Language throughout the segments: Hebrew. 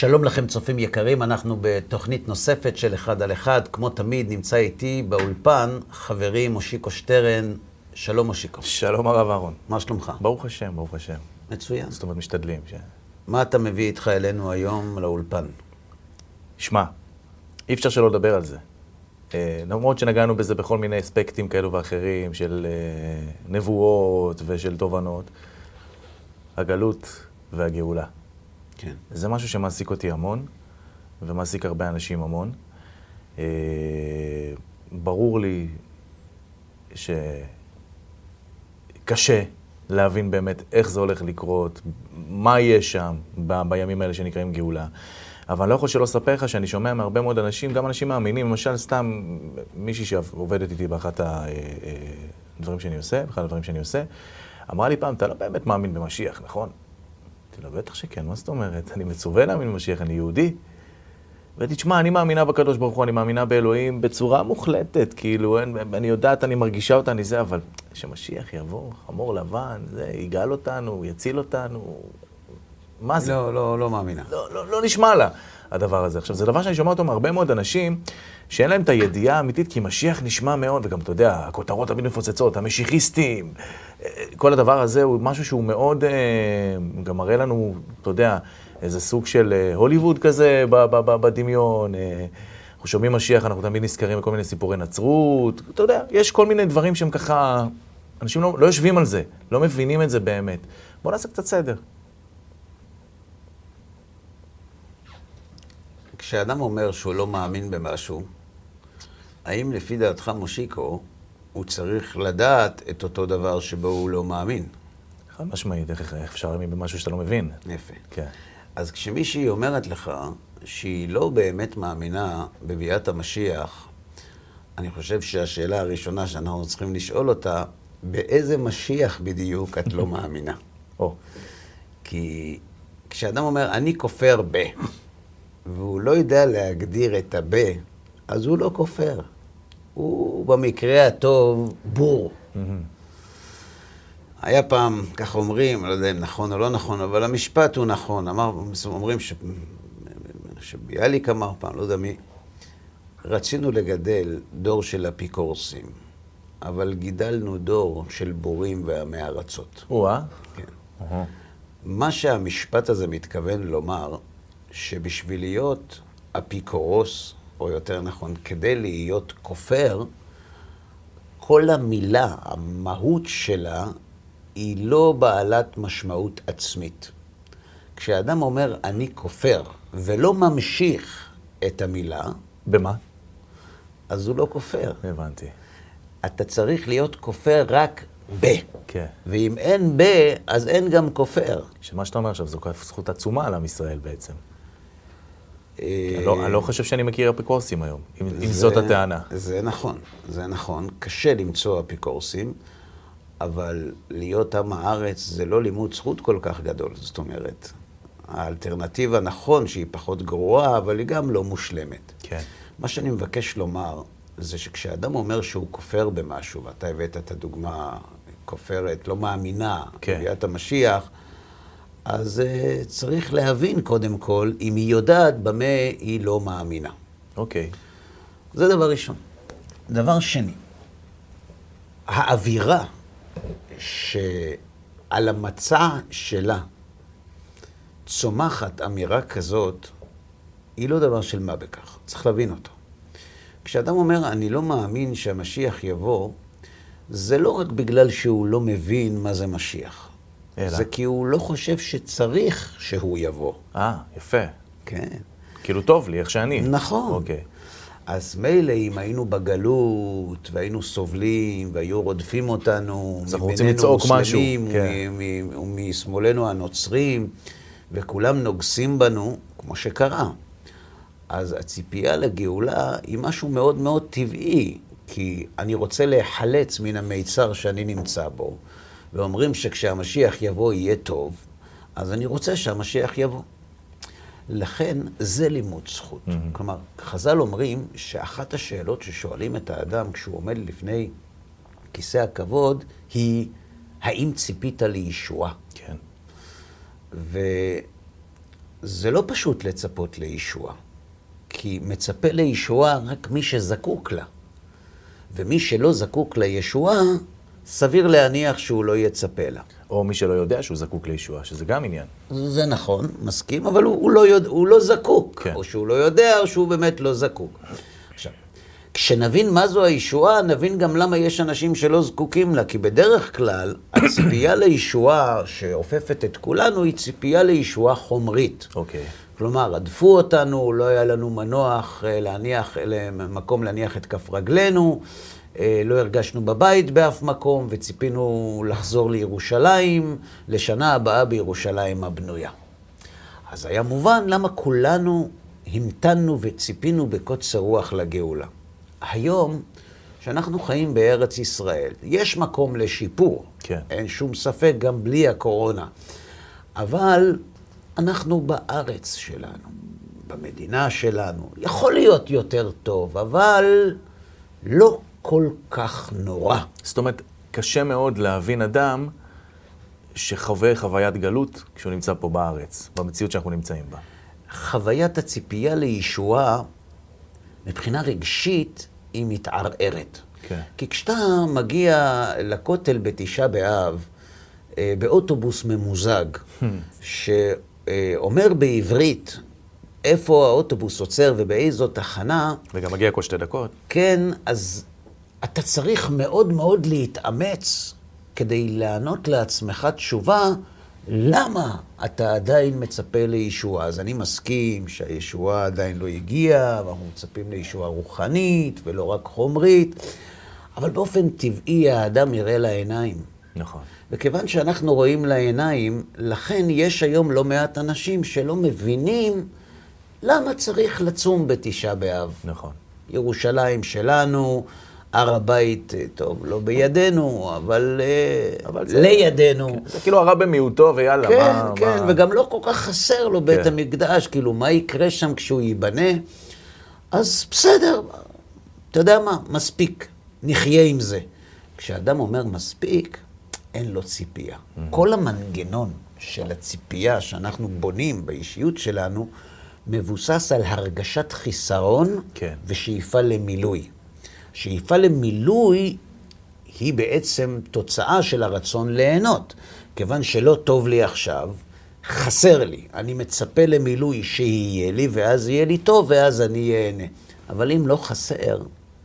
שלום לכם צופים יקרים, אנחנו בתוכנית נוספת של אחד על אחד. כמו תמיד נמצא איתי באולפן חברי מושיקו שטרן. שלום מושיקו. שלום הרב אהרון. מה שלומך? ברוך השם, ברוך השם. מצוין. זאת אומרת, משתדלים. מה אתה מביא איתך אלינו היום לאולפן? שמע, אי אפשר שלא לדבר על זה. למרות שנגענו בזה בכל מיני אספקטים כאלו ואחרים, של נבואות ושל תובנות, הגלות והגאולה. כן. זה משהו שמעסיק אותי המון, ומעסיק הרבה אנשים המון. ברור לי שקשה להבין באמת איך זה הולך לקרות, מה יש שם בימים האלה שנקראים גאולה. אבל אני לא יכול שלא לספר לך שאני שומע מהרבה מאוד אנשים, גם אנשים מאמינים, למשל סתם מישהי שעובדת איתי באחד הדברים שאני עושה, אמרה לי פעם, אתה לא באמת מאמין במשיח, נכון? אמרתי לה, בטח שכן, מה זאת אומרת? אני מצווה להאמין במשיח, אני יהודי. ואמרתי, תשמע, אני מאמינה בקדוש ברוך הוא, אני מאמינה באלוהים בצורה מוחלטת, כאילו, אני יודעת, אני מרגישה אותה, אני זה, אבל שמשיח יבוא, חמור לבן, זה, יגאל אותנו, יציל אותנו, מה זה? לא מאמינה. לא נשמע לה הדבר הזה. עכשיו, זה דבר שאני שומע אותו מהרבה מאוד אנשים, שאין להם את הידיעה האמיתית, כי משיח נשמע מאוד, וגם, אתה יודע, הכותרות תמיד מפוצצות, המשיחיסטים, כל הדבר הזה הוא משהו שהוא מאוד, גם מראה לנו, אתה יודע, איזה סוג של הוליווד כזה בדמיון. אנחנו שומעים משיח, אנחנו תמיד נזכרים בכל מיני סיפורי נצרות, אתה יודע, יש כל מיני דברים שהם ככה, אנשים לא יושבים על זה, לא מבינים את זה באמת. בואו נעשה קצת סדר. כשאדם אומר שהוא לא מאמין במשהו, האם לפי דעתך מושיקו, הוא צריך לדעת את אותו דבר שבו הוא לא מאמין? חד משמעית, איך אפשר להאמין במשהו שאתה לא מבין? יפה. כן. אז כשמישהי אומרת לך שהיא לא באמת מאמינה בביאת המשיח, אני חושב שהשאלה הראשונה שאנחנו צריכים לשאול אותה, באיזה משיח בדיוק את לא מאמינה? כי כשאדם אומר, אני כופר ב, והוא לא יודע להגדיר את הב, אז הוא לא כופר. הוא במקרה הטוב בור. היה פעם, כך אומרים, לא יודע אם נכון או לא נכון, אבל המשפט הוא נכון. אומרים שביאליק אמר פעם, לא יודע מי, רצינו לגדל דור של אפיקורסים, אבל גידלנו דור של בורים ועמי ארצות. כן. מה שהמשפט הזה מתכוון לומר, שבשביל להיות אפיקורוס, או יותר נכון, כדי להיות כופר, כל המילה, המהות שלה, היא לא בעלת משמעות עצמית. כשאדם אומר, אני כופר, ולא ממשיך את המילה, במה? אז הוא לא כופר. הבנתי. אתה צריך להיות כופר רק ב. כן. ואם אין ב, אז אין גם כופר. שמה שאתה אומר עכשיו, זו זכות עצומה על עם ישראל בעצם. אני לא חושב שאני מכיר אפיקורסים היום, אם זאת הטענה. זה נכון, זה נכון. קשה למצוא אפיקורסים, אבל להיות עם הארץ זה לא לימוד זכות כל כך גדול. זאת אומרת, האלטרנטיבה נכון שהיא פחות גרועה, אבל היא גם לא מושלמת. כן. מה שאני מבקש לומר, זה שכשאדם אומר שהוא כופר במשהו, ואתה הבאת את הדוגמה, כופרת, לא מאמינה, בביאת המשיח, אז צריך להבין קודם כל, אם היא יודעת במה היא לא מאמינה. אוקיי. זה דבר ראשון. דבר שני, האווירה שעל המצע שלה צומחת אמירה כזאת, היא לא דבר של מה בכך. צריך להבין אותו. כשאדם אומר, אני לא מאמין שהמשיח יבוא, זה לא רק בגלל שהוא לא מבין מה זה משיח. אלא? זה כי הוא לא חושב שצריך שהוא יבוא. יפה. כן. כאילו טוב לי, איך שאני. נכון. אוקיי. אז מילא אם היינו בגלות, והיינו סובלים, והיו רודפים אותנו, אז אנחנו רוצים לצעוק משהו. ומשמאלנו הנוצרים, וכולם נוגסים בנו, כמו שקרה. אז הציפייה לגאולה היא משהו מאוד מאוד טבעי, כי אני רוצה להיחלץ מן המיצר שאני נמצא בו, ואומרים שכשהמשיח יבוא יהיה טוב, אז אני רוצה שהמשיח יבוא. לכן זה לימוד זכות. כלומר, חז"ל אומרים שאחת השאלות ששואלים את האדם כשהוא עומד לפני כיסא הכבוד, היא האם ציפית לישועה? כן. זה לא פשוט לצפות לישוע, כי מצפה לישועה רק מי שזקוק לה. ומי שלא זקוק לישועה, סביר להניח שהוא לא יצפה לה. או מי שלא יודע שהוא זקוק לישועה, שזה גם עניין. זה נכון, מסכים, אבל הוא לא זקוק. כן. או שהוא לא יודע, או שהוא באמת לא זקוק. עכשיו, כשנבין מה זו הישועה, נבין גם למה יש אנשים שלא זקוקים לה, כי בדרך כלל, הציפייה לישועה שאופפת את כולנו, היא ציפייה לישועה חומרית. אוקיי. כלומר, עדפו אותנו, לא היה לנו מנוח מקום להניח את כף רגלינו, לא הרגשנו בבית באף מקום, וציפינו לחזור לירושלים, לשנה הבאה בירושלים הבנויה. אז היה מובן למה כולנו המתנו וציפינו בקוצר רוח לגאולה. היום, שאנחנו חיים בארץ ישראל, יש מקום לשיפור, כן. אין שום ספק, גם בלי הקורונה. אבל אנחנו בארץ שלנו, במדינה שלנו, יכול להיות יותר טוב, אבל לא כל כך נורא. זאת אומרת, קשה מאוד להבין אדם שחווה חוויית גלות כשהוא נמצא פה בארץ, במציאות שאנחנו נמצאים בה. חוויית הציפייה לישועה, מבחינה רגשית, היא מתערערת. כן. כי כשאתה מגיע לכותל בתשעה באב, באוטובוס ממוזג, שאומר בעברית איפה האוטובוס עוצר ובאיזו תחנה, וגם מגיע כל 2 דקות. כן, אז אתה צריך מאוד מאוד להתאמץ כדי לענות לעצמך תשובה, למה אתה עדיין מצפה לישועה? אז אני מסכים שהישועה עדיין לא הגיעה, ואנחנו מצפים לישועה רוחנית ולא רק חומרית, אבל באופן טבעי האדם יראה לעיניים. נכון. וכיוון שאנחנו רואים לעיניים, לכן יש היום לא מעט אנשים שלא מבינים למה צריך לצום בתשעה באב. נכון. ירושלים שלנו, הר הבית, טוב, לא בידינו, אבל לידינו. כן. זה כאילו הרע במיעוטו ויאללה. כן, וגם לא כל כך חסר לו בית המקדש, כאילו מה יקרה שם כשהוא ייבנה? אז בסדר, אתה יודע מה, מספיק, נחיה עם זה. כשאדם אומר מספיק, אין לו ציפייה. כל המנגנון של הציפייה שאנחנו בונים באישיות שלנו, מבוסס על הרגשת חיסרון ושאיפה למילוי. שאיפה למילוי היא בעצם תוצאה של הרצון ליהנות. כיוון שלא טוב לי עכשיו, חסר לי. אני מצפה למילוי שיהיה לי, ואז יהיה לי טוב, ואז אני ייהנה. אבל אם לא חסר,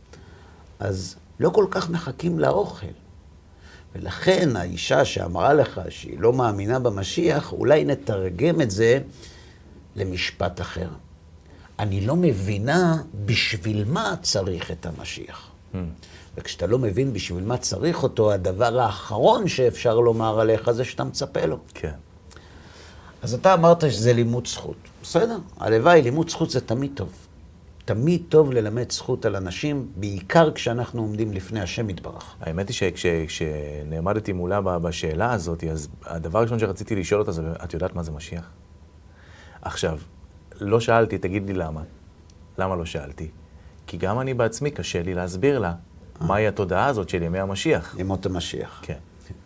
אז לא כל כך מחכים לאוכל. ולכן האישה שאמרה לך שהיא לא מאמינה במשיח, אולי נתרגם את זה למשפט אחר. אני לא מבינה בשביל מה צריך את המשיח. וכשאתה לא מבין בשביל מה צריך אותו, הדבר האחרון שאפשר לומר עליך זה שאתה מצפה לו. כן. אז אתה אמרת שזה לימוד זכות. בסדר, הלוואי, לימוד זכות זה תמיד טוב. תמיד טוב ללמד זכות על אנשים, בעיקר כשאנחנו עומדים לפני השם יתברך. האמת היא שכשנעמדתי מולה בשאלה הזאת, אז הדבר הראשון שרציתי לשאול אותה זה, את יודעת מה זה משיח? עכשיו, לא שאלתי, תגיד לי למה. למה לא שאלתי? כי גם אני בעצמי קשה לי להסביר לה מהי התודעה הזאת של ימי המשיח. ימות המשיח. כן.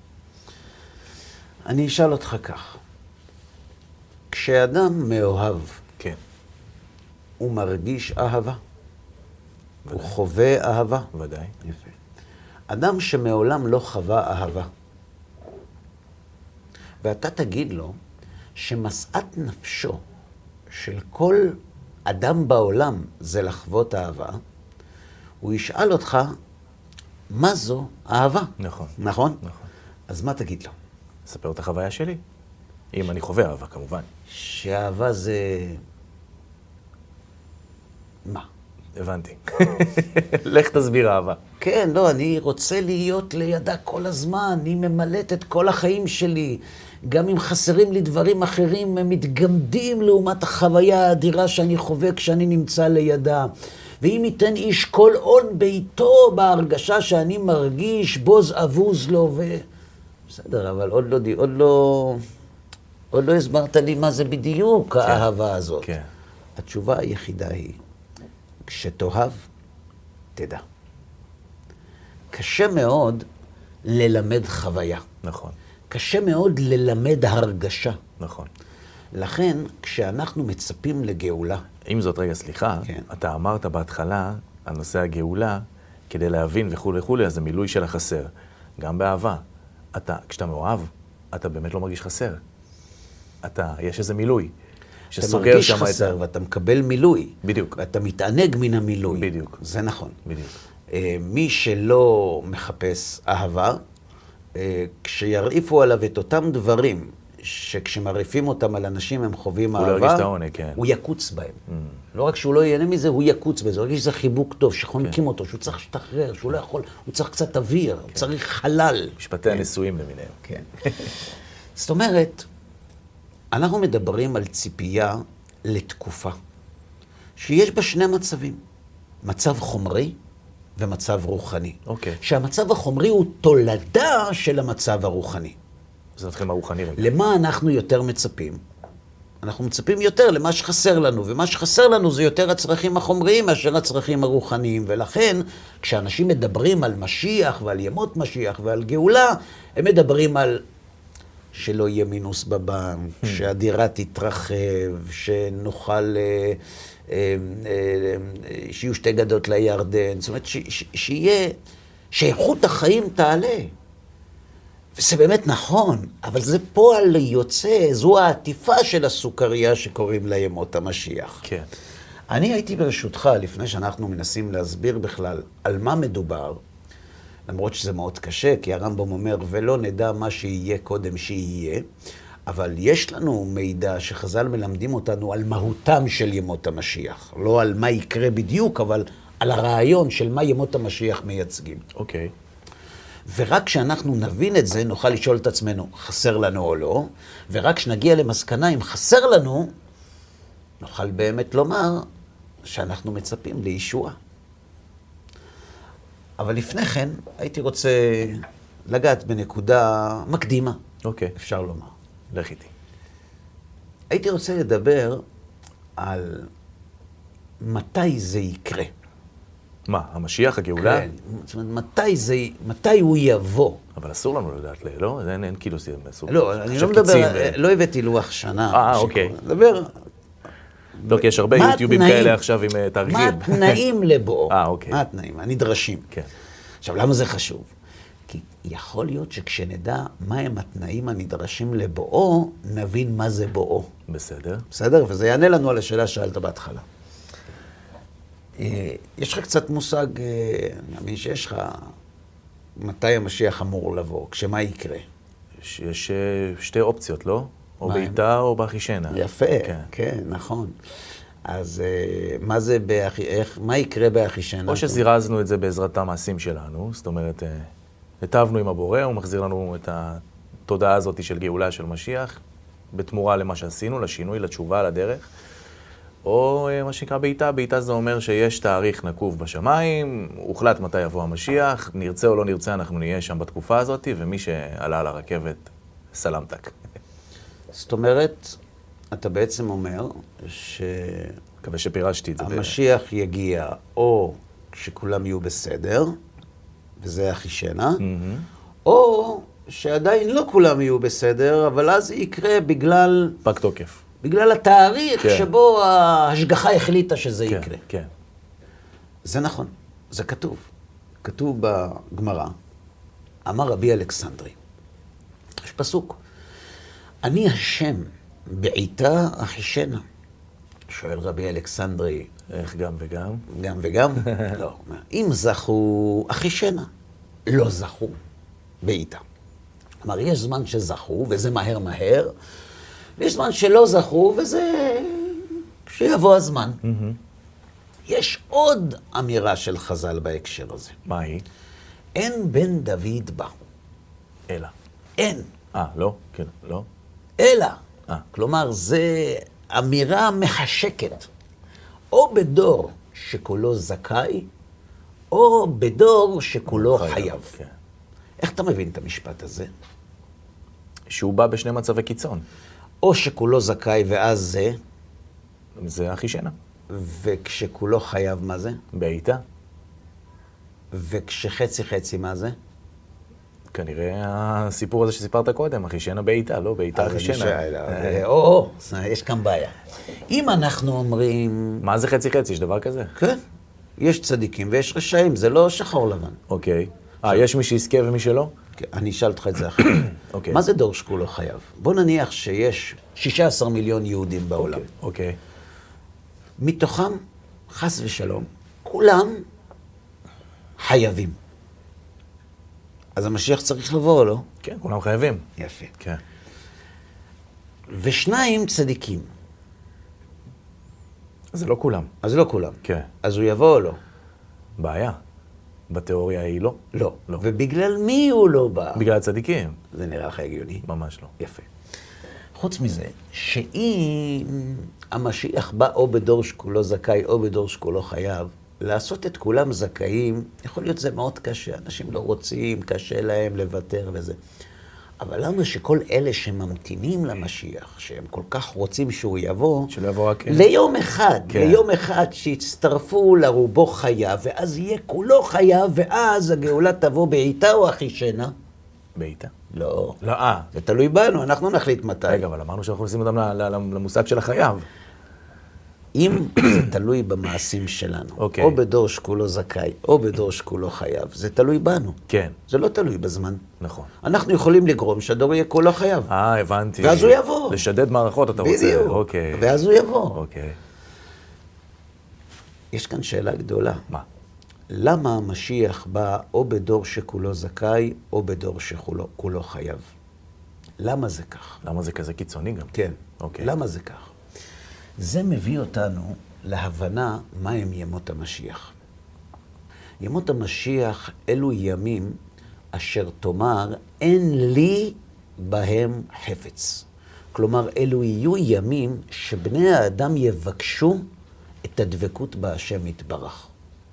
אני אשאל אותך כך. כשאדם מאוהב, כן. הוא מרגיש אהבה? ודאי. הוא חווה אהבה? ודאי. יפה. אדם שמעולם לא חווה אהבה, ואתה תגיד לו שמשאת נפשו של כל אדם בעולם זה לחוות אהבה, הוא ישאל אותך, מה זו אהבה? נכון. נכון? נכון. אז מה תגיד לו? אספר את החוויה שלי. אם אני חווה אהבה, כמובן. שאהבה זה... מה? הבנתי. לך תסביר אהבה. כן, לא, אני רוצה להיות לידה כל הזמן, היא ממלאת את כל החיים שלי. גם אם חסרים לי דברים אחרים, הם מתגמדים לעומת החוויה האדירה שאני חווה כשאני נמצא לידה. ואם ייתן איש כל עון ביתו בהרגשה שאני מרגיש, בוז אבוז לו בסדר, אבל עוד לא הסברת לי מה זה בדיוק האהבה הזאת. כן. התשובה היחידה היא, כשתאהב, תדע. קשה מאוד ללמד חוויה. נכון. קשה מאוד ללמד הרגשה. נכון. לכן, כשאנחנו מצפים לגאולה... עם זאת, רגע, סליחה, כן. אתה אמרת בהתחלה, על נושא הגאולה, כדי להבין וכו' וכו', אז זה מילוי של החסר. גם באהבה. כשאתה מאוהב, אתה באמת לא מרגיש חסר. יש איזה מילוי. אתה מרגיש חסר ואתה מקבל מילוי. בדיוק. ואתה מתענג מן המילוי. בדיוק. זה נכון. בדיוק. מי שלא מחפש אהבה, כשירעיפו עליו את אותם דברים, שכשמרעיפים אותם על אנשים הם חווים אהבה, הוא לא ירגיש את העונג, כן. הוא יקוץ בהם. לא רק שהוא לא ייהנה מזה, הוא יקוץ בזה. הוא ירגיש שזה חיבוק טוב, שחונקים אותו, שהוא צריך להשתחרר, שהוא לא יכול, הוא צריך קצת אוויר, הוא צריך חלל. משפטי הנישואים למיניהם. כן. זאת אומרת, אנחנו מדברים על ציפייה לתקופה, שיש בה שני מצבים. מצב חומרי ומצב רוחני. אוקיי. שהמצב החומרי הוא תולדה של המצב הרוחני. זה נתחיל מהרוחני רגע. למה אנחנו יותר מצפים? אנחנו מצפים יותר למה שחסר לנו, ומה שחסר לנו זה יותר הצרכים החומריים מאשר הצרכים הרוחניים, ולכן כשאנשים מדברים על משיח ועל ימות משיח ועל גאולה, הם מדברים על שלא יהיה מינוס בבנק, שהדירה תתרחב, שנוכל, שיהיו שתי גדות לירדן, זאת אומרת שאיכות החיים תעלה. וזה באמת נכון, אבל זה פועל יוצא, זו העטיפה של הסוכריה שקוראים לה ימות המשיח. כן. אני הייתי ברשותך, לפני שאנחנו מנסים להסביר בכלל על מה מדובר, למרות שזה מאוד קשה, כי הרמב"ם אומר, ולא נדע מה שיהיה קודם שיהיה, אבל יש לנו מידע שחז"ל מלמדים אותנו על מהותם של ימות המשיח. לא על מה יקרה בדיוק, אבל על הרעיון של מה ימות המשיח מייצגים. אוקיי. ורק כשאנחנו נבין את זה, נוכל לשאול את עצמנו, חסר לנו או לא, ורק כשנגיע למסקנה, אם חסר לנו, נוכל באמת לומר שאנחנו מצפים לישוע. אבל לפני כן, הייתי רוצה לגעת בנקודה מקדימה. אוקיי. אפשר לומר. לך איתי. הייתי רוצה לדבר על מתי זה יקרה. מה, המשיח, הגאולה? כן. זאת אומרת, מתי הוא יבוא? אבל אסור לנו לדעת, לא? אין כאילו אסור. לא, אני לא מדבר, לא הבאתי לוח שנה. אוקיי. מדבר... לא, כי יש הרבה יוטיובים כאלה עכשיו עם תאריכים. מה התנאים לבואו? אוקיי. מה התנאים? הנדרשים. כן. עכשיו, למה זה חשוב? כי יכול להיות שכשנדע מהם התנאים הנדרשים לבואו, נבין מה זה בואו. בסדר. בסדר? וזה יענה לנו על השאלה ששאלת בהתחלה. יש לך קצת מושג, אני מאמין שיש לך, מתי המשיח אמור לבוא, כשמה יקרה? יש שתי אופציות, לא? או בעיטה או באחישנה. יפה, כן, נכון. אז מה יקרה באחישנה? או שזירזנו את זה בעזרת המעשים שלנו, זאת אומרת, היטבנו עם הבורא, הוא מחזיר לנו את התודעה הזאת של גאולה של משיח, בתמורה למה שעשינו, לשינוי, לתשובה, לדרך. או מה שנקרא בעיטה, בעיטה זה אומר שיש תאריך נקוב בשמיים, הוחלט מתי יבוא המשיח, נרצה או לא נרצה, אנחנו נהיה שם בתקופה הזאת, ומי שעלה על הרכבת, סלמתק. זאת אומרת, אתה בעצם אומר מקווה שפירשתי את זה. המשיח יגיע או כשכולם יהיו בסדר, וזה אחישנה, או שעדיין לא כולם יהיו בסדר, אבל אז זה יקרה בגלל... פג תוקף. בגלל התאריך שבו ההשגחה החליטה שזה יקרה. כן. זה נכון, זה כתוב. כתוב בגמרא, אמר רבי אלכסנדרי. יש פסוק. אני השם בעיטה אחישנה. שואל רבי אלכסנדרי. איך גם וגם? גם וגם? לא. אם זכו אחישנה, לא זכו בעיטה. כלומר, יש זמן שזכו, וזה מהר מהר, ויש זמן שלא זכו, וזה שיבוא הזמן. יש עוד אמירה של חז"ל בהקשר הזה. מה היא? אין בן דוד בא. אלא. אין. לא? כן, לא? אלא. כלומר, זה אמירה מחשקת. או בדור שכולו זכאי, או בדור שכולו חייב. כן. איך אתה מבין את המשפט הזה? שהוא בא בשני מצבי קיצון. או שכולו זכאי ואז זה? זה אחישנה. וכשכולו חייב מה זה? בעיטה. וכשחצי חצי מה זה? כנראה הסיפור הזה שסיפרת קודם, אחישנה בעיטה, לא בעיטה אחישנה. יש כאן בעיה. אם אנחנו אומרים... מה זה חצי-חצי? יש דבר כזה? כן. יש צדיקים ויש רשעים, זה לא שחור לבן. אוקיי. יש מי שיזכה ומי שלא? אני אשאל אותך את זה אחרי. מה זה דור שכולו חייב? בוא נניח שיש 16 מיליון יהודים בעולם. אוקיי. מתוכם, חס ושלום, כולם חייבים. אז המשיח צריך לבוא, לא? כן, כולם חייבים. יפה. כן. ושניים צדיקים. זה לא כולם. אז לא כולם. כן. אז הוא יבוא או לא? בעיה. בתיאוריה היא לא. לא. ובגלל מי הוא לא בא? בגלל הצדיקים. זה נראה לך הגיוני? ממש לא. יפה. חוץ מזה, שאם המשיח בא או בדור שכולו זכאי או בדור שכולו חייב, לעשות את כולם זכאים, יכול להיות זה מאוד קשה. אנשים לא רוצים, קשה להם לוותר וזה. אבל למה שכל אלה שממתינים למשיח, שהם כל כך רוצים שהוא יבוא, ליום אחד, ליום אחד שיצטרפו לרובו חייב, ואז יהיה כולו חייב, ואז הגאולה תבוא בעיטה או אחישנה? בעיטה? לא. לא, זה תלוי בנו, אנחנו נחליט מתי. רגע, אבל אמרנו שאנחנו נשים אותם למושג של החייב. אם זה תלוי במעשים שלנו, או בדור שכולו זכאי, או בדור שכולו חייב, זה תלוי בנו. כן. זה לא תלוי בזמן. נכון. אנחנו יכולים לגרום שהדור יהיה כולו חייב. הבנתי. ואז הוא יבוא. לשדד מערכות אתה רוצה. בדיוק. אוקיי. ואז הוא יבוא. אוקיי. יש כאן שאלה גדולה. מה? למה המשיח בא או בדור שכולו זכאי, או בדור שכולו חייב? למה זה כך? למה זה כזה קיצוני גם? כן. אוקיי. למה זה כך? זה מביא אותנו להבנה מה הם ימות המשיח. ימות המשיח אלו ימים אשר תאמר אין לי בהם חפץ. כלומר, אלו יהיו ימים שבני האדם יבקשו את הדבקות בהשם יתברך.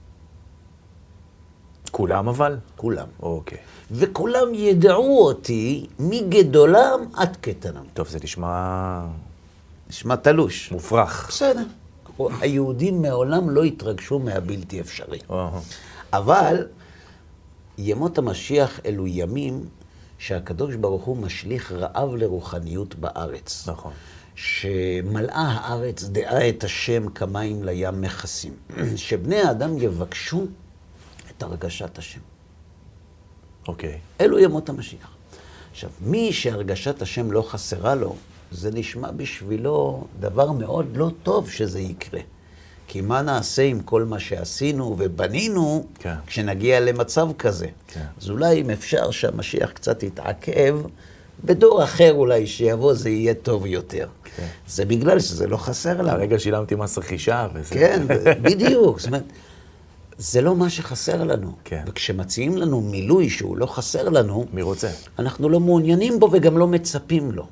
כולם אבל? כולם. אוקיי. וכולם ידעו אותי מגדולם עד קטנם. טוב, זה נשמע תלוש. מופרך. בסדר. היהודים מעולם לא התרגשו מהבלתי אפשרי. אבל ימות המשיח אלו ימים שהקדוש ברוך הוא משליך רעב לרוחניות בארץ. נכון. שמלאה הארץ דעה את השם כמים לים מכסים. שבני האדם יבקשו את הרגשת השם. אוקיי. אלו ימות המשיח. עכשיו, מי שהרגשת השם לא חסרה לו, זה נשמע בשבילו דבר מאוד לא טוב שזה יקרה. כי מה נעשה עם כל מה שעשינו ובנינו כשנגיע למצב כזה? אז אולי אם אפשר שהמשיח קצת יתעכב, בדור אחר אולי שיבוא זה יהיה טוב יותר. זה בגלל שזה לא חסר לנו. הרגע שילמתי מס רכישה וזה... כן, בדיוק. זאת אומרת, זה לא מה שחסר לנו. וכשמציעים לנו מילוי שהוא לא חסר לנו, מי רוצה? אנחנו לא מעוניינים בו וגם לא מצפים לו.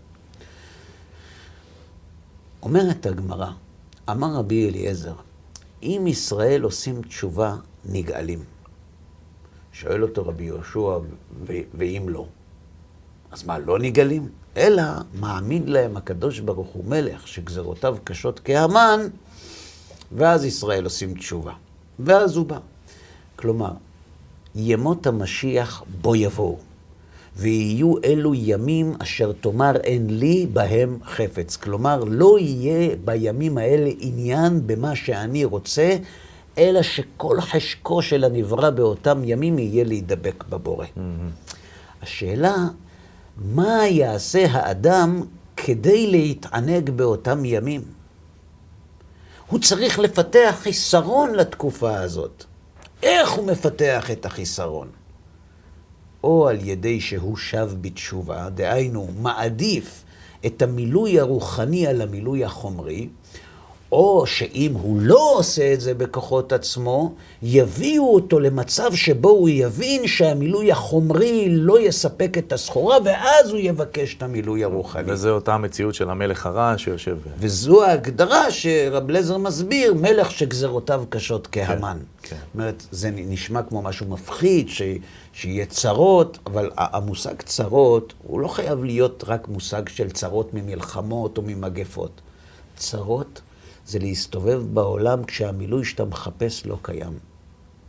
אומרת הגמרא, אמר רבי אליעזר, אם ישראל עושים תשובה, נגאלים. שואל אותו רבי יהושע, ואם לא? אז מה, לא נגאלים? אלא מעמיד להם הקדוש ברוך הוא מלך, שגזרותיו קשות כהמן, ואז ישראל עושים תשובה. ואז הוא בא. כלומר, ימות המשיח בו יבואו. ויהיו אלו ימים אשר תאמר אין לי בהם חפץ. כלומר, לא יהיה בימים האלה עניין במה שאני רוצה, אלא שכל חשקו של הנברא באותם ימים יהיה להידבק בבורא. השאלה, מה יעשה האדם כדי להתענג באותם ימים? הוא צריך לפתח חיסרון לתקופה הזאת. איך הוא מפתח את החיסרון? או על ידי שהוא שב בתשובה, דהיינו מעדיף את המילוי הרוחני על המילוי החומרי, או שאם הוא לא עושה את זה בכוחות עצמו, יביאו אותו למצב שבו הוא יבין שהמילוי החומרי לא יספק את הסחורה, ואז הוא יבקש את המילוי הרוחני. וזו אותה המציאות של המלך הרע שיושב... וזו ההגדרה שרב לזר מסביר, מלך שגזרותיו קשות כהמן. כן. זאת אומרת, זה נשמע כמו משהו מפחיד, שיהיה צרות, אבל המושג צרות הוא לא חייב להיות רק מושג של צרות ממלחמות או ממגפות. צרות זה להסתובב בעולם כשהמילוי שאתה מחפש לא קיים.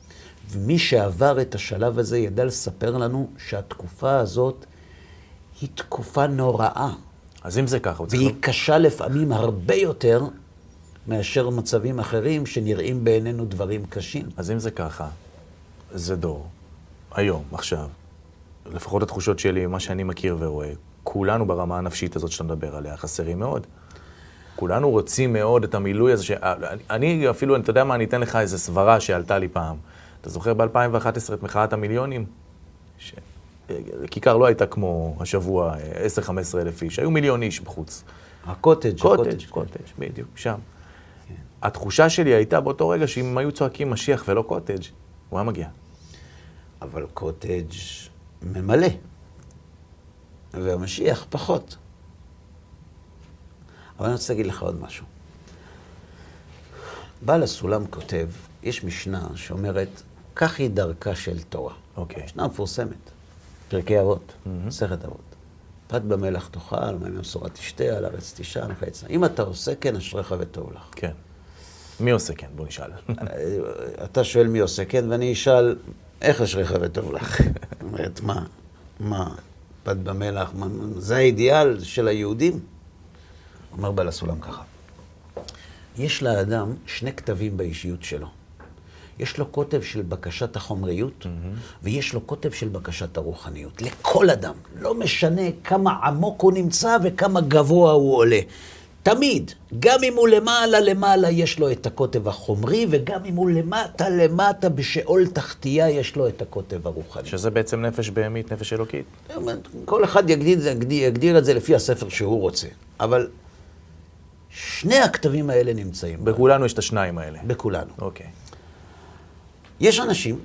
ומי שעבר את השלב הזה ידע לספר לנו שהתקופה הזאת היא תקופה נוראה. אז אם זה ככה, והיא קשה לפעמים הרבה יותר מאשר מצבים אחרים שנראים בעינינו דברים קשים. אז אם זה ככה, זה דור, היום, עכשיו, לפחות התחושות שלי, מה שאני מכיר ורואה, כולנו ברמה הנפשית הזאת שאתה מדבר עליה, חסרים מאוד. כולנו רוצים מאוד את המילוי הזה, אני אפילו, אתה יודע מה, אני אתן לך איזו סברה שעלתה לי פעם. אתה זוכר ב-2011 את מחאת המיליונים? כיכר לא הייתה כמו השבוע 10-15 אלף איש, היו מיליון איש בחוץ. הקוטג', בדיוק, שם. התחושה שלי הייתה באותו רגע שאם הם היו צועקים משיח ולא קוטג', הוא היה מגיע. אבל קוטג' ממלא, והמשיח פחות. אבל אני רוצה להגיד לך עוד משהו. בעל הסולם כותב, יש משנה שאומרת, כך היא דרכה של תורה. אוקיי. משנה מפורסמת. פרקי אבות, מסכת אבות. פת במלח תאכל, מים במשורה תשתה, על הארץ תישן, חצה. אם אתה עושה כן, אשריך וטוב לך. כן. מי עושה כן? בוא נשאל. אתה שואל מי עושה כן, ואני אשאל, איך אשריך וטוב לך? זאת אומרת, מה? פת במלח, זה האידיאל של היהודים? אומר בעל הסולם ככה. יש לאדם שני כתבים באישיות שלו. יש לו כותב של בקשת החומריות, ויש לו כותב של בקשת הרוחניות. לכל אדם. לא משנה כמה עמוק הוא נמצא וכמה גבוה הוא עולה. תמיד, גם אם הוא למעלה, יש לו את הכותב החומרי, וגם אם הוא למטה, בשאול תחתיה, יש לו את הכותב הרוחני. שזה בעצם נפש בהמית, נפש אלוקית. כל אחד יגדיר את זה לפי הספר שהוא רוצה. אבל שני הכתבים האלה נמצאים. בכולנו יש את השניים האלה. בכולנו. אוקיי. יש אנשים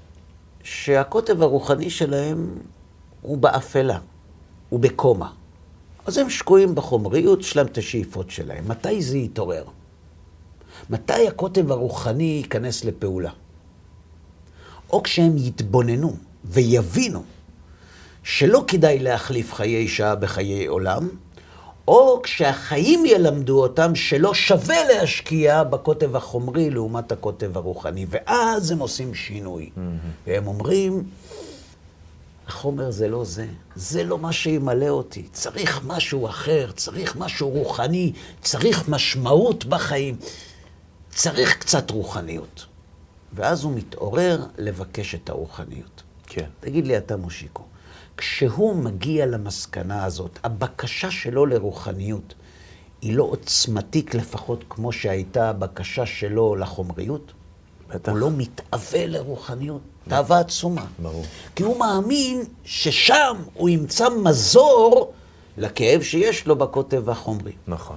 שהכותב הרוחני שלהם הוא באפלה, הוא בקומה. אז הם שקועים בחומריות, יש להם את השאיפות שלהם. מתי זה יתעורר? מתי הכותב הרוחני ייכנס לפעולה? או כשהם יתבוננו ויבינו שלא כדאי להחליף חיי שעה בחיי עולם, או כשהחיים ילמדו אותם שלא שווה להשקיע בכותב החומרי לעומת הכותב הרוחני. ואז הם עושים שינוי. והם אומרים, החומר זה לא זה. זה לא מה שימלא אותי. צריך משהו אחר, צריך משהו רוחני, צריך משמעות בחיים. צריך קצת רוחניות. ואז הוא מתעורר לבקש את הרוחניות. כן. תגיד לי אתה, מושיקו. כשהוא מגיע למסקנה הזאת, הבקשה שלו לרוחניות היא לא עוצמתית לפחות כמו שהייתה הבקשה שלו לחומריות? בטח. הוא לא מתאווה לרוחניות, תאווה עצומה. ברור. כי הוא מאמין ששם הוא ימצא מזור לכאב שיש לו בכותב החומרי. נכון.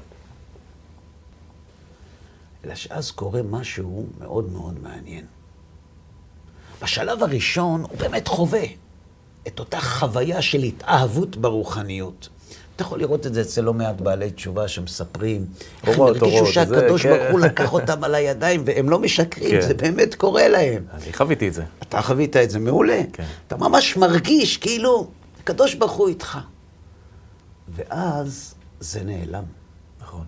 אלא שאז קורה משהו מאוד מאוד מעניין. בשלב הראשון הוא באמת חווה את אותה חוויה של התאהבות ברוחניות. אתה יכול לראות את זה אצל לא מעט בעלי תשובה שמספרים, איך הם הרגישו שהקדוש ברוך הוא לקח אותם על הידיים, והם לא משקרים, זה באמת קורה להם. אני חוויתי את זה. אתה חווית את זה מעולה. אתה ממש מרגיש כאילו, הקדוש ברוך הוא איתך. ואז זה נעלם. נכון.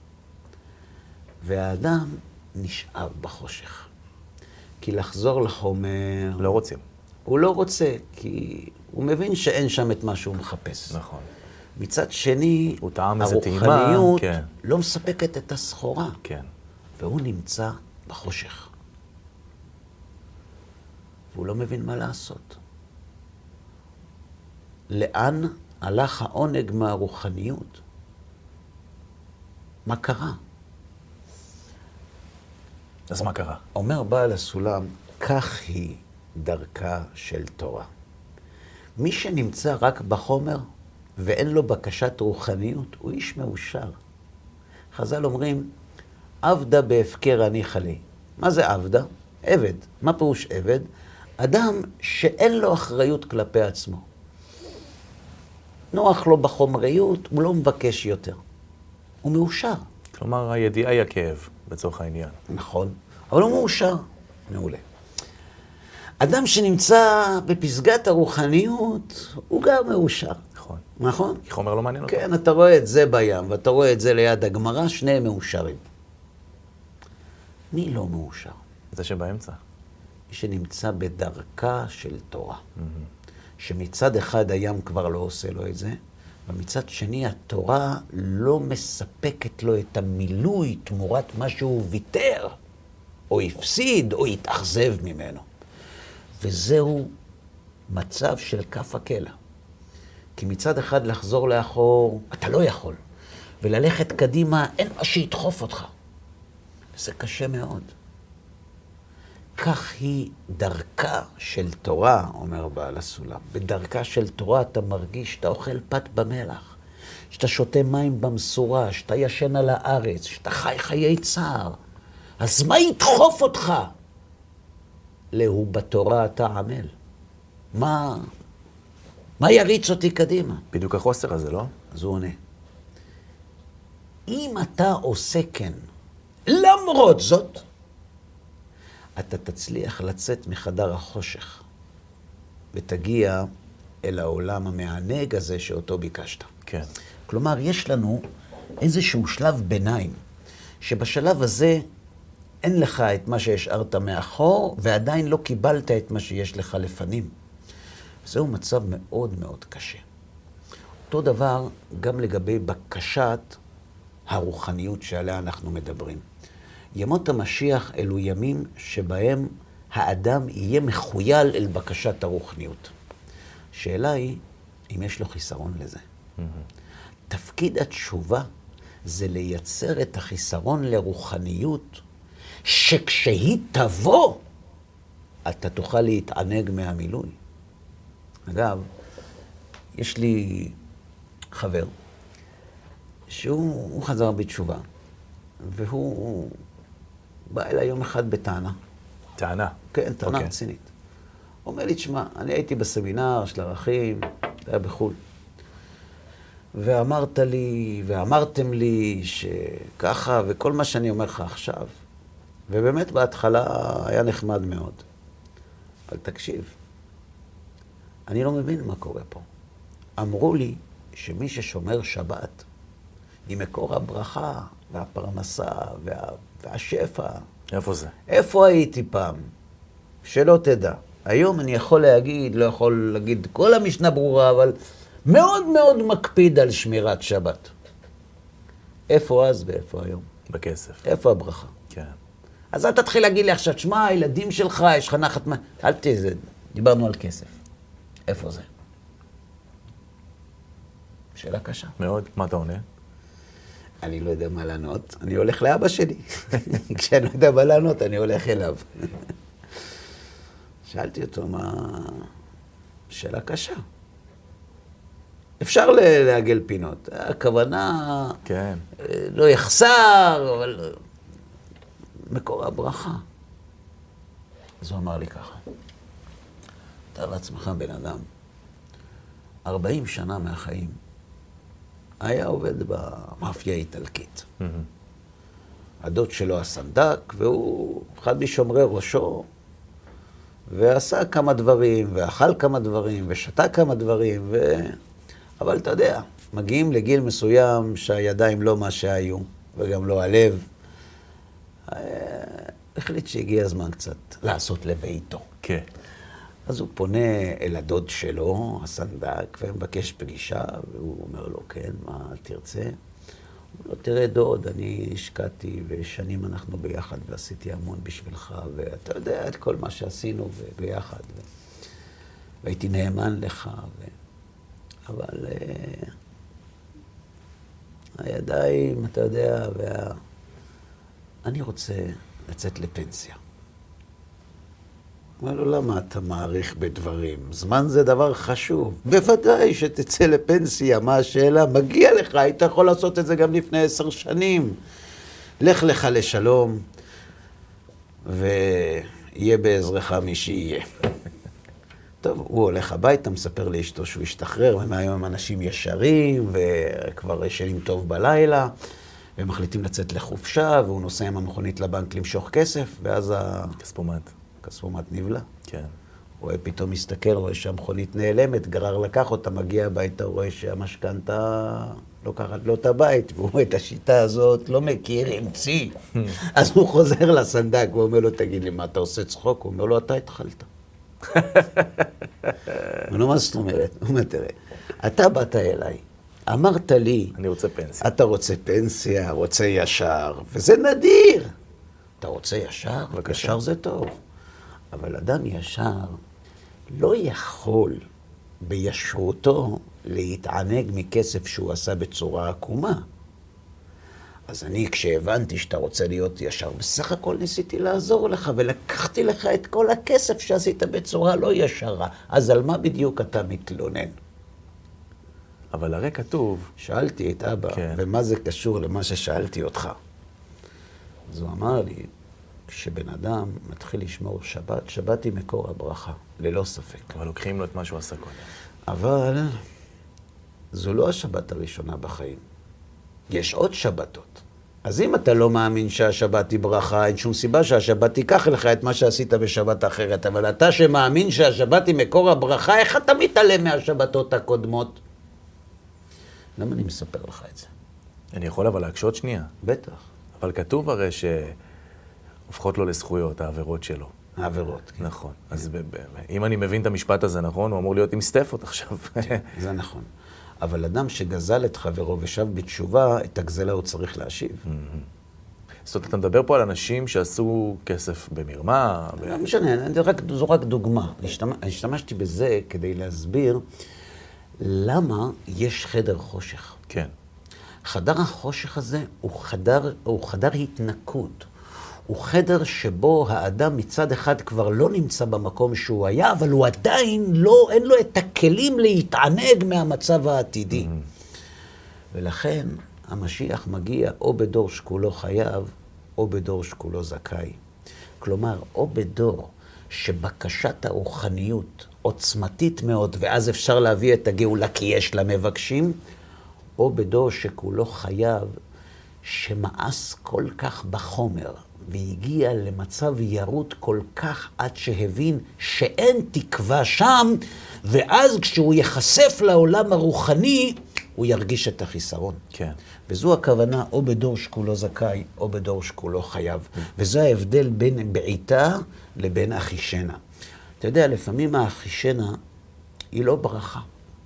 והאדם נשאר בחושך. כי לחזור לחומר... לא רוצים. הוא לא רוצה, כי הוא מבין שאין שם את מה שהוא מחפש. נכון. מצד שני, הרוחניות לא מספקת את הסחורה. כן. והוא נמצא בחושך. והוא לא מבין מה לעשות. לאן הלך העונג מהרוחניות? מה קרה? אז מה קרה? אומר בעל הסולם, כך היא דרכה של תורה. מי שנמצא רק בחומר ואין לו בקשת רוחניות, הוא איש מאושר. חז"ל אומרים, עבדה בהפקר אני חלי. מה זה עבדה? עבד. מה פירוש עבד? אדם שאין לו אחריות כלפי עצמו. נוח לו בחומריות, הוא לא מבקש יותר. הוא מאושר. כלומר, הידיעה היא הכאב, בצורך העניין. נכון, אבל הוא מאושר. מעולה. אדם שנמצא בפסגת הרוחניות, הוא גם מאושר. נכון. נכון? כי חומר לא מעניין אותו. כן, אתה רואה את זה בים, ואתה רואה את זה ליד הגמרא, שניהם מאושרים. מי לא מאושר? זה שבאמצע. שנמצא בדרכה של תורה. שמצד אחד הים כבר לא עושה לו את זה, ומצד שני התורה לא מספקת לו את המילוי תמורת מה שהוא ויתר, או הפסיד, או התאכזב ממנו. וזהו מצב של כף הקלע. כי מצד אחד לחזור לאחור, אתה לא יכול. וללכת קדימה, אין מה שידחוף אותך. זה קשה מאוד. כך היא דרכה של תורה, אומר בעל הסולם. בדרכה של תורה אתה מרגיש שאתה אוכל פת במלח, שאתה שותה מים במסורה, שאתה ישן על הארץ, שאתה חי חיי צער. אז מה ידחוף אותך? להו בתורה אתה עמל. מה יריץ אותי קדימה? בדיוק החוסר הזה, לא? אז הוא עונה. אם אתה עושה כן, למרות זאת, אתה תצליח לצאת מחדר החושך, ותגיע אל העולם המענג הזה שאותו ביקשת. כן. כלומר, יש לנו איזשהו שלב ביניים, שבשלב הזה אין לך את מה שהשארת מאחור, ועדיין לא קיבלת את מה שיש לך לפנים. זהו מצב מאוד מאוד קשה. אותו דבר גם לגבי בקשת הרוחניות שעליה אנחנו מדברים. ימות המשיח אלו ימים שבהם האדם יהיה מחויל אל בקשת הרוחניות. השאלה היא, אם יש לו חיסרון לזה. תפקיד התשובה זה לייצר את החיסרון לרוחניות, שכשהיא תבוא, אתה תוכל להתענג מהמילוי. אגב, יש לי חבר, שהוא חזר בתשובה, והוא בא אליי יום אחד בטענה. טענה? כן, טענה רצינית. הוא אומר לי, תשמע, אני הייתי בסמינר של ערכים, זה היה בחול. ואמרת לי, ואמרתם לי שככה, וכל מה שאני אומר לך עכשיו, ובאמת בהתחלה היה נחמד מאוד. אבל תקשיב, אני לא מבין מה קורה פה. אמרו לי שמי ששומר שבת, היא מקור הברכה והפרנסה והשפע. איפה זה? איפה הייתי פעם? שלא תדע. היום אני יכול להגיד, לא יכול להגיד כל המשנה ברורה, אבל מאוד מאוד מקפיד על שמירת שבת. איפה אז ואיפה היום? בכסף. איפה הברכה? כן. אז אל תתחיל להגיד לי עכשיו, שמע, הילדים שלך, יש לך נחת מה... אל תהיה, דיברנו על כסף. איפה זה? שאלה קשה. מאוד. מה אתה עונה? אני לא יודע מה לענות, אני הולך לאבא שלי. כשאני לא יודע מה לענות, אני הולך אליו. שאלתי אותו, מה... שאלה קשה. אפשר לעגל פינות. הכוונה... כן. לא יחסר, אבל... מקור הברכה. אז הוא אמר לי ככה. אתה לעצמך בן אדם, 40 שנה מהחיים, היה עובד במאפיה האיטלקית. הדוד שלו הסנדק, והוא אחד משומרי ראשו, ועשה כמה דברים, ואכל כמה דברים, ושתה כמה דברים, אבל אתה יודע, מגיעים לגיל מסוים שהידיים לא מה שהיו, וגם לא הלב. החליט שהגיע הזמן קצת לעשות לביתו. כן. אז הוא פונה אל הדוד שלו, הסנדק, ומבקש פגישה, והוא אומר לו, כן, מה תרצה? הוא אומר לו, תראה דוד, אני השקעתי, ושנים אנחנו ביחד, ועשיתי המון בשבילך, ואתה יודע את כל מה שעשינו ביחד, והייתי נאמן לך, אבל הידיים, אתה יודע, אני רוצה לצאת לפנסיה. אומר לו, למה אתה מעריך בדברים? זמן זה דבר חשוב. בוודאי שתצא לפנסיה, מה השאלה? מגיע לך, היית יכול לעשות את זה גם לפני 10 שנים. לך לך לשלום, ויהיה בעזרך מי שיהיה. טוב, הוא הולך הביתה, מספר לאשתו שהוא השתחרר, ומהיום הם אנשים ישרים, וכבר ישנים טוב בלילה, והם מחליטים לצאת לחופשה, והוא נוסע עם המכונית לבנק למשוך כסף, ואז הכספומט נבלע. כן. רואה פתאום מסתכל, רואה שהמכונית נעלמת, גרר לקח אותה, מגיע הביתה, רואה שהמשכנתה לוקחת לו את הבית, והוא רואה את השיטה הזאת, לא מכיר, המציא. אז הוא חוזר לסנדק, הוא אומר לו, תגיד לי, מה אתה עושה צחוק? הוא אומר לו, אתה התחלת. הוא אומר, מה זאת אומרת? הוא אומר, תראה, אתה באת אליי, אמרת לי, אני רוצה פנסיה. אתה רוצה פנסיה, רוצה ישר, וזה נדיר. אתה רוצה ישר? ישר זה טוב. אבל אדם ישר לא יכול בישרותו להתענג מכסף שהוא עשה בצורה עקומה. אז אני, כשהבנתי שאתה רוצה להיות ישר, בסך הכל ניסיתי לעזור לך, ולקחתי לך את כל הכסף שעשית בצורה לא ישרה. אז על מה בדיוק אתה מתלונן? אבל הרי כתוב... שאלתי את אבא, כן. ומה זה קשור למה ששאלתי אותך? אז הוא אמר לי, כשבן אדם מתחיל לשמור שבת, שבת היא מקור הברכה, ללא ספק. אבל לוקחים לו את מה שהוא עשה קודם. אבל זו לא השבת הראשונה בחיים. יש עוד שבתות. אז אם אתה לא מאמין שהשבת היא ברכה, אין שום סיבה שהשבת תיקח לך את מה שעשית בשבת אחרת. אבל אתה שמאמין שהשבת היא מקור הברכה, איך אתה מתעלם מהשבתות הקודמות? למה אני מספר לך את זה? אני יכול אבל להקשות שנייה. בטח. אבל כתוב הרי שהופכות לו לזכויות, העבירות שלו. העבירות, כן. נכון. אז אם אני מבין את המשפט הזה נכון, הוא אמור להיות עם סטפות עכשיו. זה נכון. אבל אדם שגזל את חברו ושב בתשובה, את הגזלה הוא צריך להשיב. זאת אומרת, אתה מדבר פה על אנשים שעשו כסף במרמה. לא משנה, זו רק דוגמה. השתמשתי בזה כדי להסביר למה יש חדר חושך. כן. חדר החושך הזה הוא חדר התנקות. הוא חדר שבו האדם מצד אחד כבר לא נמצא במקום שהוא היה, אבל הוא עדיין אין לו את הכלים להתענג מהמצב העתידי. ולכן המשיח מגיע או בדור שכולו חייב, או בדור שכולו זכאי. כלומר, או בדור שבקשת הרוחניות עוצמתית מאוד, ואז אפשר להביא את הגאולה כי יש לה מבקשים, או בדור שכולו חייב, שמאס כל כך בחומר, והגיע למצב ירות כל כך עד שהבין שאין תקווה שם, ואז כשהוא יחשף לעולם הרוחני, הוא ירגיש את החיסרון. כן. וזו הכוונה או בדור שכולו זכאי, או בדור שכולו חייב. וזה ההבדל בין בעיטה לבין אחישנה. אתה יודע, לפעמים האחישנה היא לא ברכה.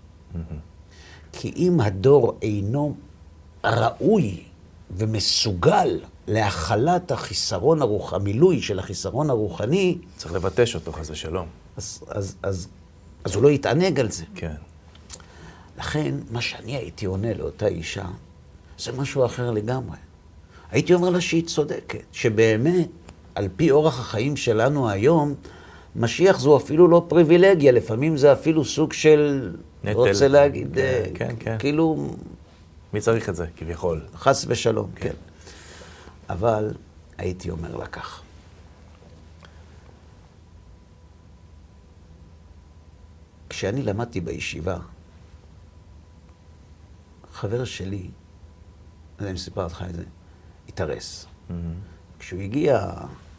כי אם הדור אינו ראוי ומסוגל להחלת החיסרון המילוי של החיסרון הרוחני, צריך לבטש אותו, חס ושלום. אז הוא לא יתענג על זה. כן. לכן, מה שאני הייתי עונה לאותה אישה, זה משהו אחר לגמרי. הייתי אומר לה שהיא צודקת, שבאמת, על פי אורח החיים שלנו היום, משיח זו אפילו לא פריבילגיה, לפעמים זה אפילו סוג של, נטל. רוצה להגיד, כן, כן. כאילו... מי צריך את זה, כביכול? חס ושלום, כן. אבל הייתי אומר לה כך. כשאני למדתי בישיבה, חבר שלי, אני מספר אותך את זה, התארס. כשהוא הגיע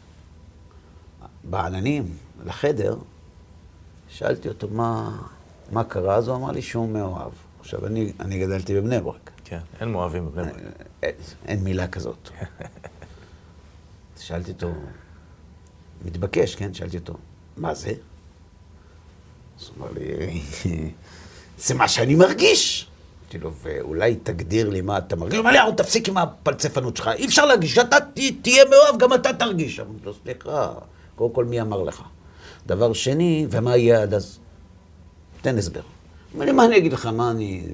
בעננים לחדר, שאלתי אותו מה קרה, אז הוא אמר לי שהוא מאוהב. עכשיו, אני גדלתי בבני ברק. כן, אין מאוהבים בבני ברק. אין מילה כזאת. שאלתי אותו, מתבקש, כן? שאלתי אותו, מה זה? אז הוא אמר לי, זה מה שאני מרגיש. אמרתי לו, ואולי תגדיר לי מה אתה מרגיש. הוא אמר לי, תפסיק עם הפלצפנות שלך, אי אפשר להרגיש, אתה תהיה מאוהב, גם אתה תרגיש. אמרתי לו, סליחה, קודם כל מי אמר לך? דבר שני, ומה יהיה עד אז? תן הסבר. אמר לי, מה אני אגיד לך? מה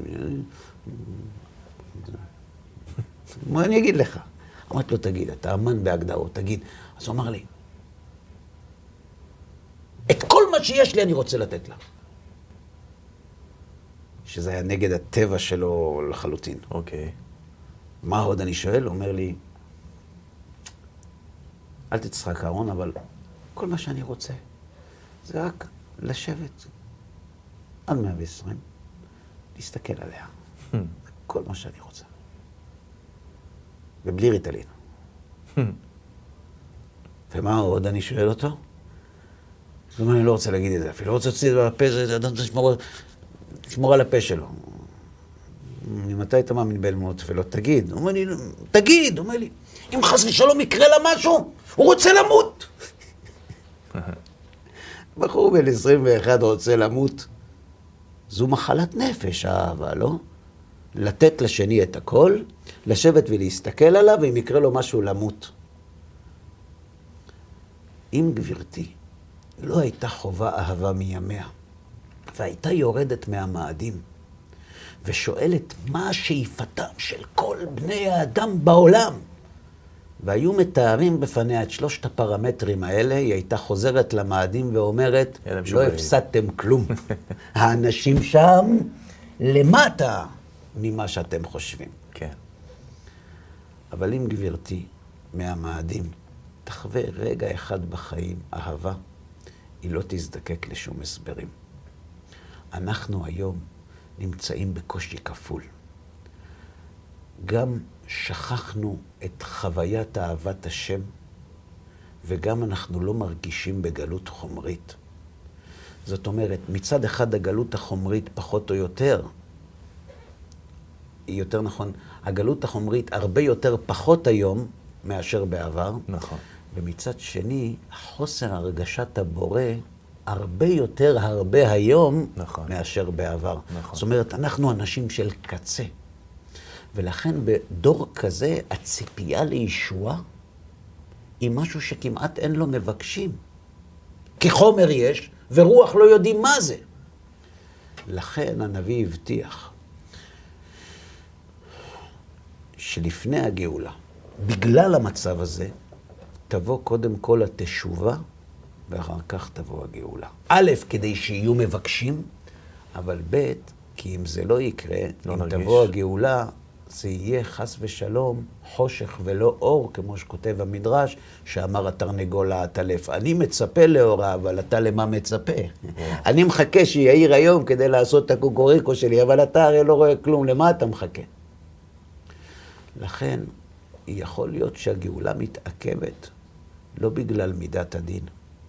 אני אגיד לך? אמרתי לו, תגיד, אתה אמן בהגדרות, תגיד. אז הוא אמר לי, את כל מה שיש לי אני רוצה לתת לה. שזה היה נגד הטבע שלו לחלוטין. אוקיי. מה עוד אני שואל? הוא אומר לי, אל תצחק אהרון, אבל כל מה שאני רוצה זה רק לשבת עד 120, להסתכל עליה. זה כל מה שאני רוצה. ובלי ריטלין. ומה עוד אני שואל אותו? זאת אומרת, אני לא רוצה להגיד את זה, אפילו לא רוצה להוציא את זה בפה, זה אדם צריך לשמור על הפה שלו. ממתי אתה מאמין באמונות תפילות? תגיד. הוא אומר לי, תגיד! הוא אומר לי, אם חס ושלום יקרה לה משהו, הוא רוצה למות. בחור בן 21 רוצה למות. זו מחלת נפש, האהבה, לא? לתת לשני את הכל, לשבת ולהסתכל עליו, ואם יקרה לו משהו למות. אם גברתי לא הייתה חובה אהבה מימיה, והייתה יורדת מהמאדים, ושואלת מה שאיפתם של כל בני האדם בעולם, והיו מתארים בפניה את 3 הפרמטרים האלה, היא הייתה חוזרת למאדים ואומרת, לא הפסדתם כלום. האנשים שם למטה ממה שאתם חושבים. כן. אבל אם גברתי מהמאדים תחווה רגע אחד בחיים אהבה, היא לא תזדקק לשום הסברים. אנחנו היום נמצאים בקושי כפול. גם שכחנו את חוויית אהבת השם, וגם אנחנו לא מרגישים בגלות חומרית. זאת אומרת, מצד אחד הגלות החומרית פחות או יותר, היא יותר נכון, הגלות החומרית הרבה יותר פחות היום מאשר בעבר. נכון. ומצד שני, חוסר הרגשת הבורא הרבה יותר הרבה היום נכון. מאשר בעבר. נכון. זאת אומרת, אנחנו אנשים של קצה. ולכן בדור כזה, הציפייה לישועה היא משהו שכמעט אין לו מבקשים. כי חומר יש, ורוח לא יודעים מה זה. לכן הנביא הבטיח שלפני הגאולה, בגלל המצב הזה, תבוא קודם כל התשובה, ואחר כך תבוא הגאולה. א', כדי שיהיו מבקשים, אבל ב', כי אם זה לא יקרה, לא אם נרגיש. תבוא הגאולה, זה יהיה חס ושלום חושך ולא אור, כמו שכותב המדרש, שאמר התרנגול העטלף. אני מצפה לאורה, אבל אתה למה מצפה? אני מחכה שיעיר היום כדי לעשות את הקוקוריקו שלי, אבל אתה הרי לא רואה כלום, למה אתה מחכה? לכן, יכול להיות שהגאולה מתעכבת לא בגלל מידת הדין,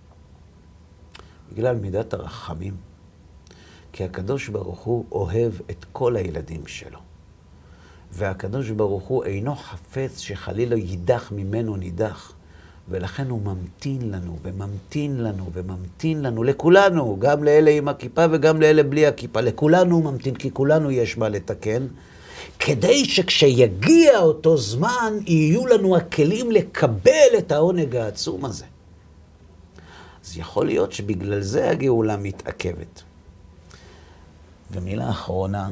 בגלל מידת הרחמים. כי הקדוש ברוך הוא אוהב את כל הילדים שלו. והקדוש ברוך הוא אינו חפץ שחלילה יידח ממנו נידח. ולכן הוא ממתין לנו וממתין לנו וממתין לנו, לכולנו, גם לאלה עם הכיפה וגם לאלה בלי הכיפה. לכולנו הוא ממתין, כי כולנו יש מה לתקן. כדי שכשיגיע אותו זמן, יהיו לנו הכלים לקבל את העונג העצום הזה. אז יכול להיות שבגלל זה הגאולה מתעכבת. ומילה אחרונה,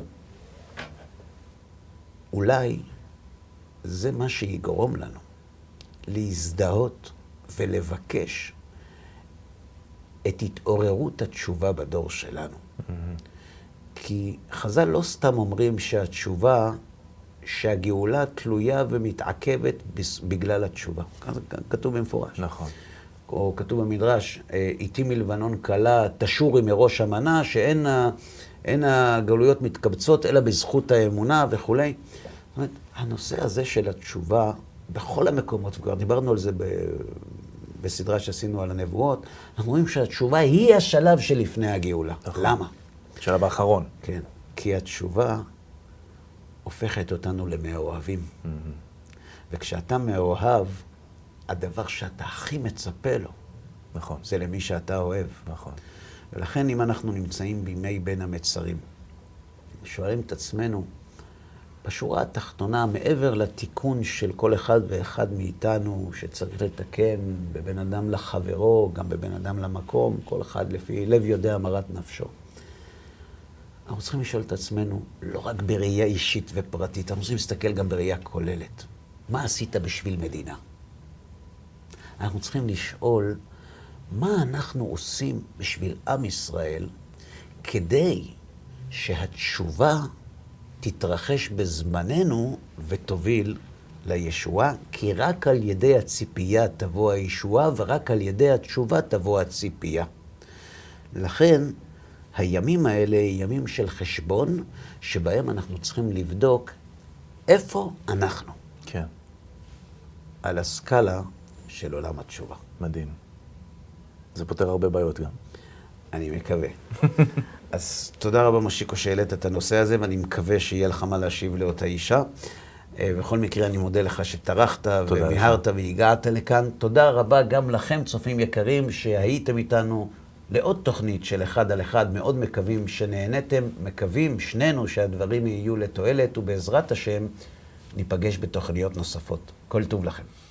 אולי זה מה שיגרום לנו להזדהות ולבקש את התעוררות התשובה בדור שלנו. כי חז"ל לא סתם אומרים שהתשובה, שהגאולה תלויה ומתעכבת בגלל התשובה. כתוב במפורש. נכון. או כתוב במדרש, איתי מלבנון קלה, תשורי מראש המנה, שאין הגאולויות מתקבצות אלא בזכות האמונה וכו'. זאת אומרת, הנושא הזה של התשובה, בכל המקומות, וכבר דיברנו על זה בסדרה שעשינו על הנבואות, אנחנו רואים שהתשובה היא השלב שלפני הגאולה. נכון. למה? השלב האחרון. כן, כי התשובה הופכת אותנו למאוהבים. וכשאתה מאוהב, הדבר שאתה הכי מצפה לו, נכון. זה למי שאתה אוהב. נכון. ולכן אם אנחנו נמצאים בימי בין המצרים, שואלים את עצמנו, בשורה התחתונה, מעבר לתיקון של כל אחד ואחד מאיתנו, שצריך לתקן בבין אדם לחברו, גם בבין אדם למקום, כל אחד לפי לב יודע מרת נפשו. אנחנו צריכים לשאול את עצמנו, לא רק בראייה אישית ופרטית, אנחנו צריכים להסתכל גם בראייה כוללת. מה עשית בשביל מדינה? אנחנו צריכים לשאול, מה אנחנו עושים בשביל עם ישראל, כדי שהתשובה תתרחש בזמננו ותוביל לישועה, כי רק על ידי הציפייה תבוא הישועה, ורק על ידי התשובה תבוא הציפייה. לכן, הימים האלה ימים של חשבון, שבהם אנחנו צריכים לבדוק איפה אנחנו. כן. על הסקאלה של עולם התשובה. מדהים. זה פותר הרבה בעיות גם. אני מקווה. אז תודה רבה, משיקו, שהעלית את הנושא הזה, ואני מקווה שיהיה לך מה להשיב לאותה אישה. בכל מקרה, אני מודה לך שטרחת ומיהרת והגעת לכאן. תודה רבה גם לכם, צופים יקרים, שהייתם איתנו לעוד תוכנית של אחד על אחד. מאוד מקווים שנהנתם, מקווים שנינו שהדברים יהיו לתועלת, ובעזרת השם ניפגש בתוכניות נוספות. כל טוב לכם.